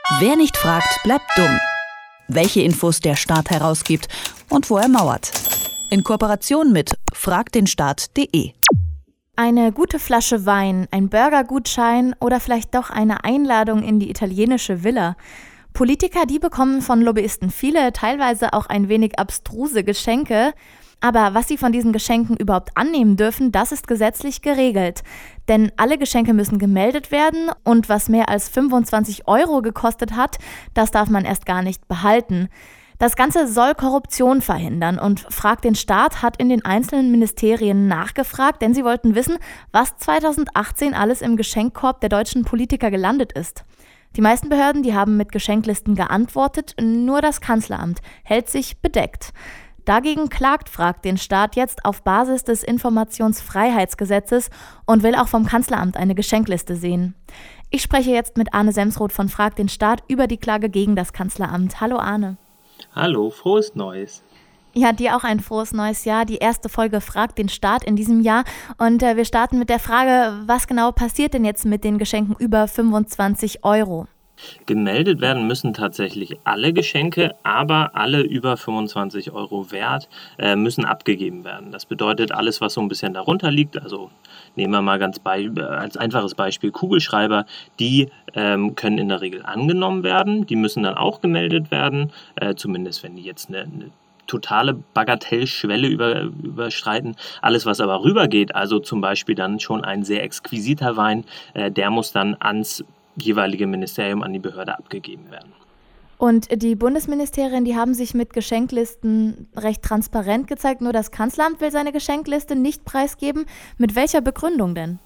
Wer nicht fragt, bleibt dumm. Welche Infos der Staat herausgibt und wo er mauert. In Kooperation mit fragtdenstaat.de. Eine gute Flasche Wein, ein Burgergutschein oder vielleicht doch eine Einladung in die italienische Villa. Politiker, die bekommen von Lobbyisten viele, teilweise auch ein wenig abstruse Geschenke. Aber was sie von diesen Geschenken überhaupt annehmen dürfen, das ist gesetzlich geregelt. Denn alle Geschenke müssen gemeldet werden und was mehr als 25 € gekostet hat, das darf man erst gar nicht behalten. Das Ganze soll Korruption verhindern und Frag den Staat hat in den einzelnen Ministerien nachgefragt, denn sie wollten wissen, was 2018 alles im Geschenkkorb der deutschen Politiker gelandet ist. Die meisten Behörden, die haben mit Geschenklisten geantwortet, nur das Kanzleramt hält sich bedeckt. Dagegen klagt Frag den Staat jetzt auf Basis des Informationsfreiheitsgesetzes und will auch vom Kanzleramt eine Geschenkliste sehen. Ich spreche jetzt mit Arne Semsroth von Frag den Staat über die Klage gegen das Kanzleramt. Hallo Arne. Hallo, frohes Neues. Ja, dir auch ein frohes neues Jahr. Die erste Folge Frag den Staat in diesem Jahr. Und wir starten mit der Frage, was genau passiert denn jetzt mit den Geschenken über 25 €? Gemeldet werden müssen tatsächlich alle Geschenke, aber alle über 25 € wert müssen abgegeben werden. Das bedeutet, alles, was so ein bisschen darunter liegt, also nehmen wir mal als einfaches Beispiel Kugelschreiber, die können in der Regel angenommen werden. Die müssen dann auch gemeldet werden, zumindest wenn die jetzt eine totale Bagatellschwelle überschreiten. Alles, was aber rübergeht, also zum Beispiel dann schon ein sehr exquisiter Wein, der muss dann ans jeweilige Ministerium, an die Behörde abgegeben werden. Und die Bundesministerien, die haben sich mit Geschenklisten recht transparent gezeigt, nur das Kanzleramt will seine Geschenkliste nicht preisgeben. Mit welcher Begründung denn?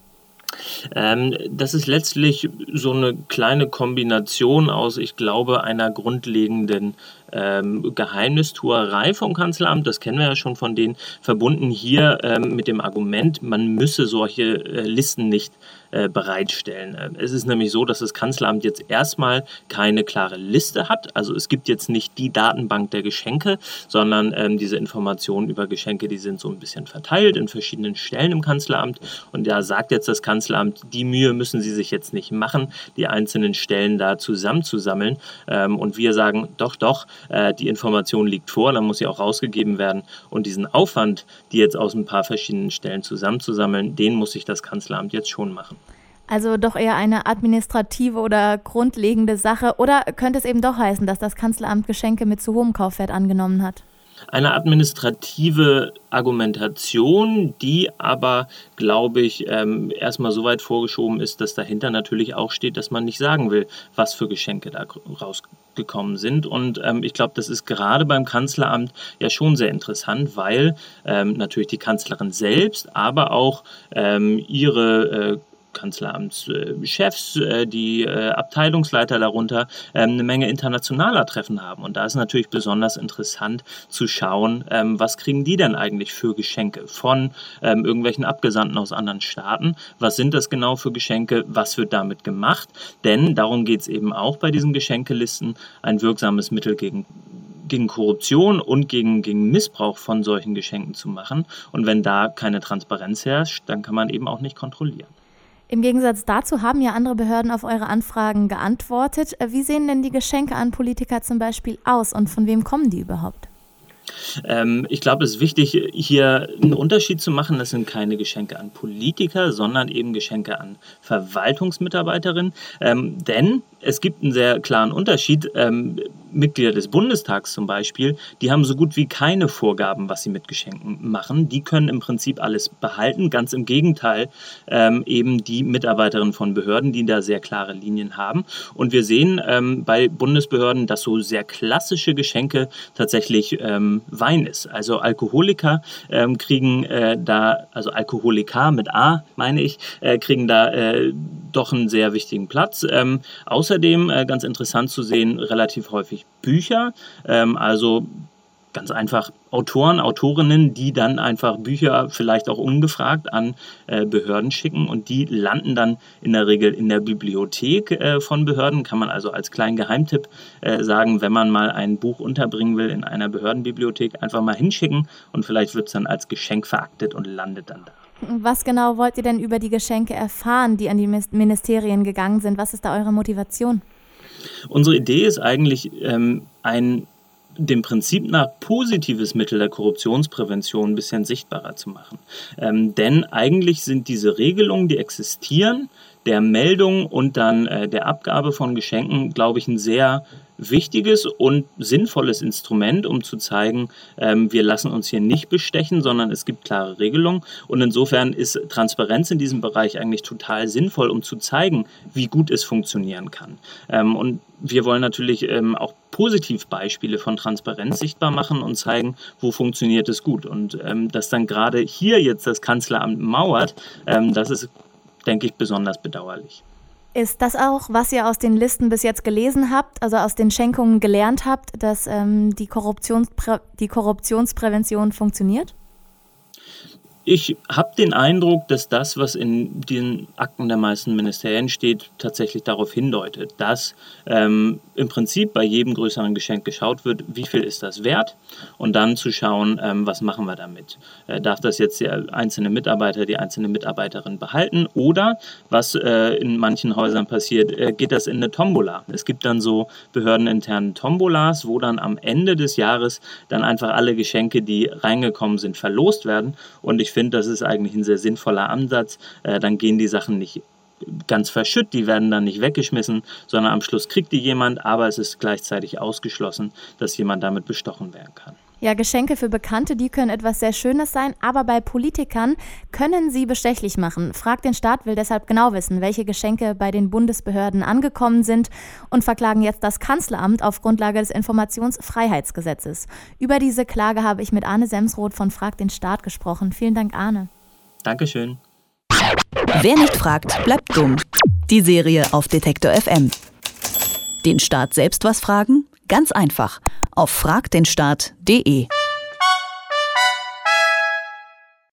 Das ist letztlich so eine kleine Kombination aus, ich glaube, einer grundlegenden Geheimnistuerei vom Kanzleramt, das kennen wir ja schon von denen, verbunden hier mit dem Argument, man müsse solche Listen nicht bereitstellen. Es ist nämlich so, dass das Kanzleramt jetzt erstmal keine klare Liste hat, also es gibt jetzt nicht die Datenbank der Geschenke, sondern diese Informationen über Geschenke, die sind so ein bisschen verteilt in verschiedenen Stellen im Kanzleramt und da sagt jetzt das Kanzleramt, die Mühe müssen sie sich jetzt nicht machen, die einzelnen Stellen da zusammenzusammeln und wir sagen, doch, die Information liegt vor, dann muss sie auch rausgegeben werden und diesen Aufwand, die jetzt aus ein paar verschiedenen Stellen zusammenzusammeln, den muss sich das Kanzleramt jetzt schon machen. Also doch eher eine administrative oder grundlegende Sache oder könnte es eben doch heißen, dass das Kanzleramt Geschenke mit zu hohem Kaufwert angenommen hat? Eine administrative Argumentation, die aber, glaube ich, erstmal so weit vorgeschoben ist, dass dahinter natürlich auch steht, dass man nicht sagen will, was für Geschenke da rausgekommen sind. Und ich glaube, das ist gerade beim Kanzleramt ja schon sehr interessant, weil natürlich die Kanzlerin selbst, aber auch ihre Kanzleramtschefs, die Abteilungsleiter darunter, eine Menge internationaler Treffen haben. Und da ist natürlich besonders interessant zu schauen, was kriegen die denn eigentlich für Geschenke von irgendwelchen Abgesandten aus anderen Staaten? Was sind das genau für Geschenke? Was wird damit gemacht? Denn darum geht es eben auch bei diesen Geschenkelisten, ein wirksames Mittel gegen Korruption und gegen Missbrauch von solchen Geschenken zu machen. Und wenn da keine Transparenz herrscht, dann kann man eben auch nicht kontrollieren. Im Gegensatz dazu haben ja andere Behörden auf eure Anfragen geantwortet. Wie sehen denn die Geschenke an Politiker zum Beispiel aus und von wem kommen die überhaupt? Ich glaube, es ist wichtig, hier einen Unterschied zu machen. Das sind keine Geschenke an Politiker, sondern eben Geschenke an Verwaltungsmitarbeiterinnen. Denn es gibt einen sehr klaren Unterschied. Mitglieder des Bundestags zum Beispiel, die haben so gut wie keine Vorgaben, was sie mit Geschenken machen. Die können im Prinzip alles behalten. Ganz im Gegenteil, eben die Mitarbeiterinnen von Behörden, die da sehr klare Linien haben. Und wir sehen bei Bundesbehörden, dass so sehr klassische Geschenke tatsächlich Wein ist. Also Alkoholiker kriegen also Alkoholiker mit A, meine ich, kriegen da doch einen sehr wichtigen Platz. Außerdem, ganz interessant zu sehen, relativ häufig Bücher, also ganz einfach Autoren, Autorinnen, die dann einfach Bücher vielleicht auch ungefragt an Behörden schicken und die landen dann in der Regel in der Bibliothek von Behörden. Kann man also als kleinen Geheimtipp sagen, wenn man mal ein Buch unterbringen will in einer Behördenbibliothek, einfach mal hinschicken und vielleicht wird es dann als Geschenk veraktet und landet dann da. Was genau wollt ihr denn über die Geschenke erfahren, die an die Ministerien gegangen sind? Was ist da eure Motivation? Unsere Idee ist eigentlich dem Prinzip nach positives Mittel der Korruptionsprävention ein bisschen sichtbarer zu machen. Denn eigentlich sind diese Regelungen, die existieren, der Meldung und dann der Abgabe von Geschenken, glaube ich, ein sehr wichtiges und sinnvolles Instrument, um zu zeigen, wir lassen uns hier nicht bestechen, sondern es gibt klare Regelungen. Und insofern ist Transparenz in diesem Bereich eigentlich total sinnvoll, um zu zeigen, wie gut es funktionieren kann. Und wir wollen natürlich auch Positivbeispiele von Transparenz sichtbar machen und zeigen, wo funktioniert es gut. Und dass dann gerade hier jetzt das Kanzleramt mauert, das ist, denke ich, besonders bedauerlich. Ist das auch, was ihr aus den Listen bis jetzt gelesen habt, also aus den Schenkungen gelernt habt, dass die Korruptionsprävention funktioniert? Ich habe den Eindruck, dass das, was in den Akten der meisten Ministerien steht, tatsächlich darauf hindeutet, dass im Prinzip bei jedem größeren Geschenk geschaut wird, wie viel ist das wert, und dann zu schauen, was machen wir damit. Darf das jetzt der einzelne Mitarbeiter, die einzelne Mitarbeiterin behalten, oder was in manchen Häusern passiert, geht das in eine Tombola. Es gibt dann so behördeninterne Tombolas, wo dann am Ende des Jahres dann einfach alle Geschenke, die reingekommen sind, verlost werden, und ich finde, das ist eigentlich ein sehr sinnvoller Ansatz. Dann gehen die Sachen nicht ganz verschütt, die werden dann nicht weggeschmissen, sondern am Schluss kriegt die jemand, aber es ist gleichzeitig ausgeschlossen, dass jemand damit bestochen werden kann. Ja, Geschenke für Bekannte, die können etwas sehr Schönes sein, aber bei Politikern können sie bestechlich machen. Fragt den Staat will deshalb genau wissen, welche Geschenke bei den Bundesbehörden angekommen sind, und verklagen jetzt das Kanzleramt auf Grundlage des Informationsfreiheitsgesetzes. Über diese Klage habe ich mit Arne Semsroth von Fragt den Staat gesprochen. Vielen Dank, Arne. Dankeschön. Wer nicht fragt, bleibt dumm. Die Serie auf Detektor FM. Den Staat selbst was fragen? Ganz einfach. Auf fragdenstaat.de.